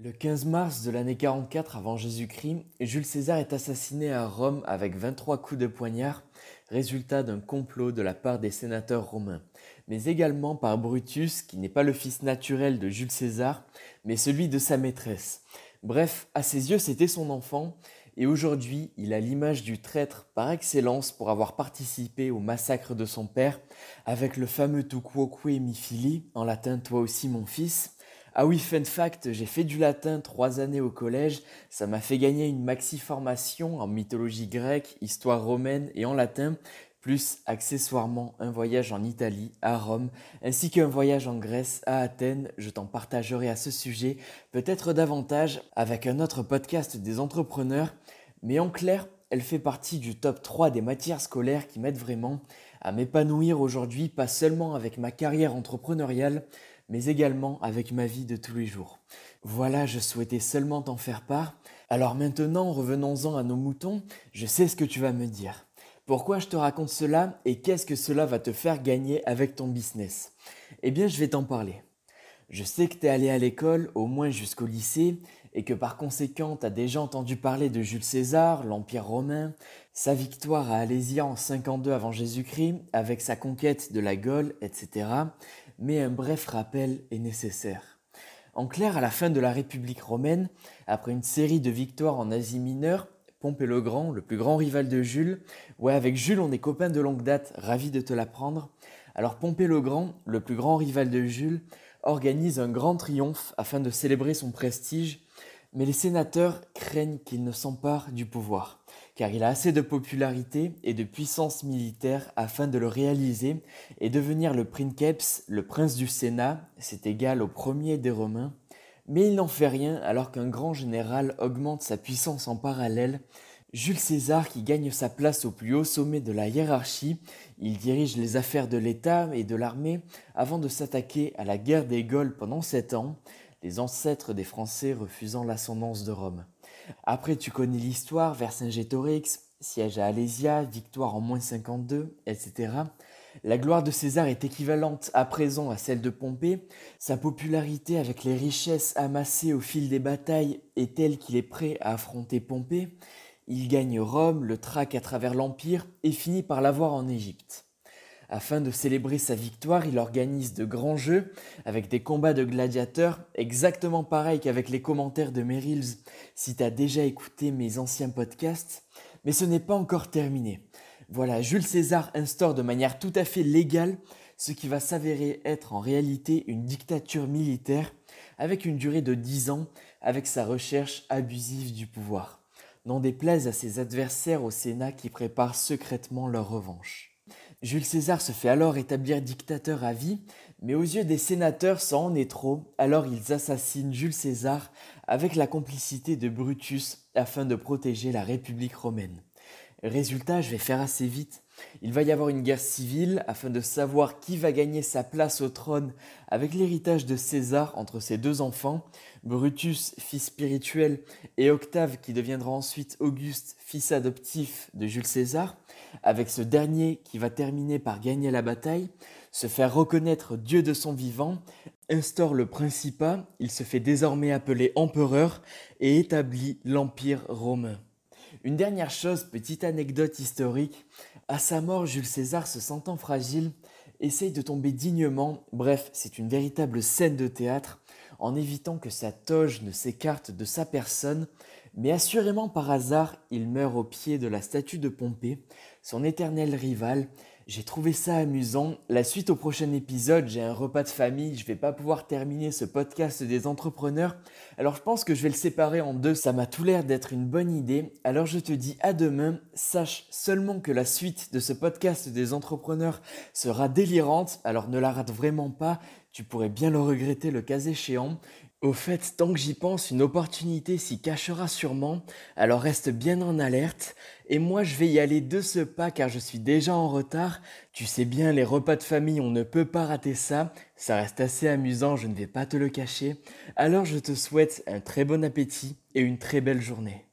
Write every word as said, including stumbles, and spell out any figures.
Le quinze mars de l'année quarante-quatre avant Jésus-Christ, Jules César est assassiné à Rome avec vingt-trois coups de poignard, résultat d'un complot de la part des sénateurs romains, mais également par Brutus, qui n'est pas le fils naturel de Jules César, mais celui de sa maîtresse. Bref, à ses yeux, c'était son enfant, et aujourd'hui, il a l'image du traître par excellence pour avoir participé au massacre de son père, avec le fameux tu quoque mi fili, en latin toi aussi mon fils. Ah oui, fun fact, j'ai fait du latin trois années au collège, ça m'a fait gagner une maxi formation en mythologie grecque, histoire romaine et en latin, plus accessoirement un voyage en Italie, à Rome, ainsi qu'un voyage en Grèce, à Athènes. Je t'en partagerai à ce sujet, peut-être davantage, avec un autre podcast des entrepreneurs, mais en clair, elle fait partie du top trois des matières scolaires qui m'aident vraiment à m'épanouir aujourd'hui, pas seulement avec ma carrière entrepreneuriale, mais également avec ma vie de tous les jours. Voilà, je souhaitais seulement t'en faire part. Alors maintenant, revenons-en à nos moutons, je sais ce que tu vas me dire. Pourquoi je te raconte cela et qu'est-ce que cela va te faire gagner avec ton business? Eh bien, je vais t'en parler. Je sais que tu es allé à l'école, au moins jusqu'au lycée, et que par conséquent, tu as déjà entendu parler de Jules César, l'Empire romain, sa victoire à Alésia en cinquante-deux avant Jésus-Christ, avec sa conquête de la Gaule, et cetera. Mais un bref rappel est nécessaire. En clair, à la fin de la République romaine, après une série de victoires en Asie mineure, Pompée le Grand, le plus grand rival de Jules, ouais, avec Jules on est copains de longue date, ravi de te l'apprendre. Alors Pompée le Grand, le plus grand rival de Jules, organise un grand triomphe afin de célébrer son prestige, mais les sénateurs craignent qu'il ne s'empare du pouvoir, car il a assez de popularité et de puissance militaire afin de le réaliser et devenir le princeps, le prince du Sénat, c'est égal au premier des Romains. Mais il n'en fait rien alors qu'un grand général augmente sa puissance en parallèle. Jules César, qui gagne sa place au plus haut sommet de la hiérarchie, il dirige les affaires de l'État et de l'armée avant de s'attaquer à la guerre des Gaules pendant sept ans, les ancêtres des Français refusant l'ascendance de Rome. Après, tu connais l'histoire, Vercingétorix, siège à Alésia, victoire en moins cinquante-deux, et cetera. La gloire de César est équivalente à présent à celle de Pompée. Sa popularité avec les richesses amassées au fil des batailles est telle qu'il est prêt à affronter Pompée. Il gagne Rome, le traque à travers l'Empire et finit par l'avoir en Égypte. Afin de célébrer sa victoire, il organise de grands jeux avec des combats de gladiateurs, exactement pareil qu'avec les commentaires de Merrills si tu as déjà écouté mes anciens podcasts. Mais ce n'est pas encore terminé. Voilà, Jules César instaure de manière tout à fait légale ce qui va s'avérer être en réalité une dictature militaire avec une durée de dix ans avec sa recherche abusive du pouvoir. N'en déplaise à ses adversaires au Sénat qui préparent secrètement leur revanche. Jules César se fait alors établir dictateur à vie, mais aux yeux des sénateurs ça en est trop, alors ils assassinent Jules César avec la complicité de Brutus afin de protéger la République romaine. Résultat, je vais faire assez vite. Il va y avoir une guerre civile afin de savoir qui va gagner sa place au trône avec l'héritage de César entre ses deux enfants, Brutus, fils spirituel, et Octave qui deviendra ensuite Auguste, fils adoptif de Jules César, avec ce dernier qui va terminer par gagner la bataille, se faire reconnaître Dieu de son vivant, instaure le principat, il se fait désormais appeler empereur et établit l'Empire romain. Une dernière chose, petite anecdote historique, à sa mort, Jules César, se sentant fragile, essaye de tomber dignement, bref, c'est une véritable scène de théâtre, en évitant que sa toge ne s'écarte de sa personne, mais assurément par hasard, il meurt au pied de la statue de Pompée, son éternel rival. J'ai trouvé ça amusant. La suite au prochain épisode, j'ai un repas de famille, je vais pas pouvoir terminer ce podcast des entrepreneurs, alors je pense que je vais le séparer en deux, ça m'a tout l'air d'être une bonne idée. Alors je te dis à demain, sache seulement que la suite de ce podcast des entrepreneurs sera délirante, alors ne la rate vraiment pas, tu pourrais bien le regretter le cas échéant. Au fait, tant que j'y pense, une opportunité s'y cachera sûrement, alors reste bien en alerte. Et moi, je vais y aller de ce pas car je suis déjà en retard. Tu sais bien, les repas de famille, on ne peut pas rater ça. Ça reste assez amusant, je ne vais pas te le cacher. Alors je te souhaite un très bon appétit et une très belle journée.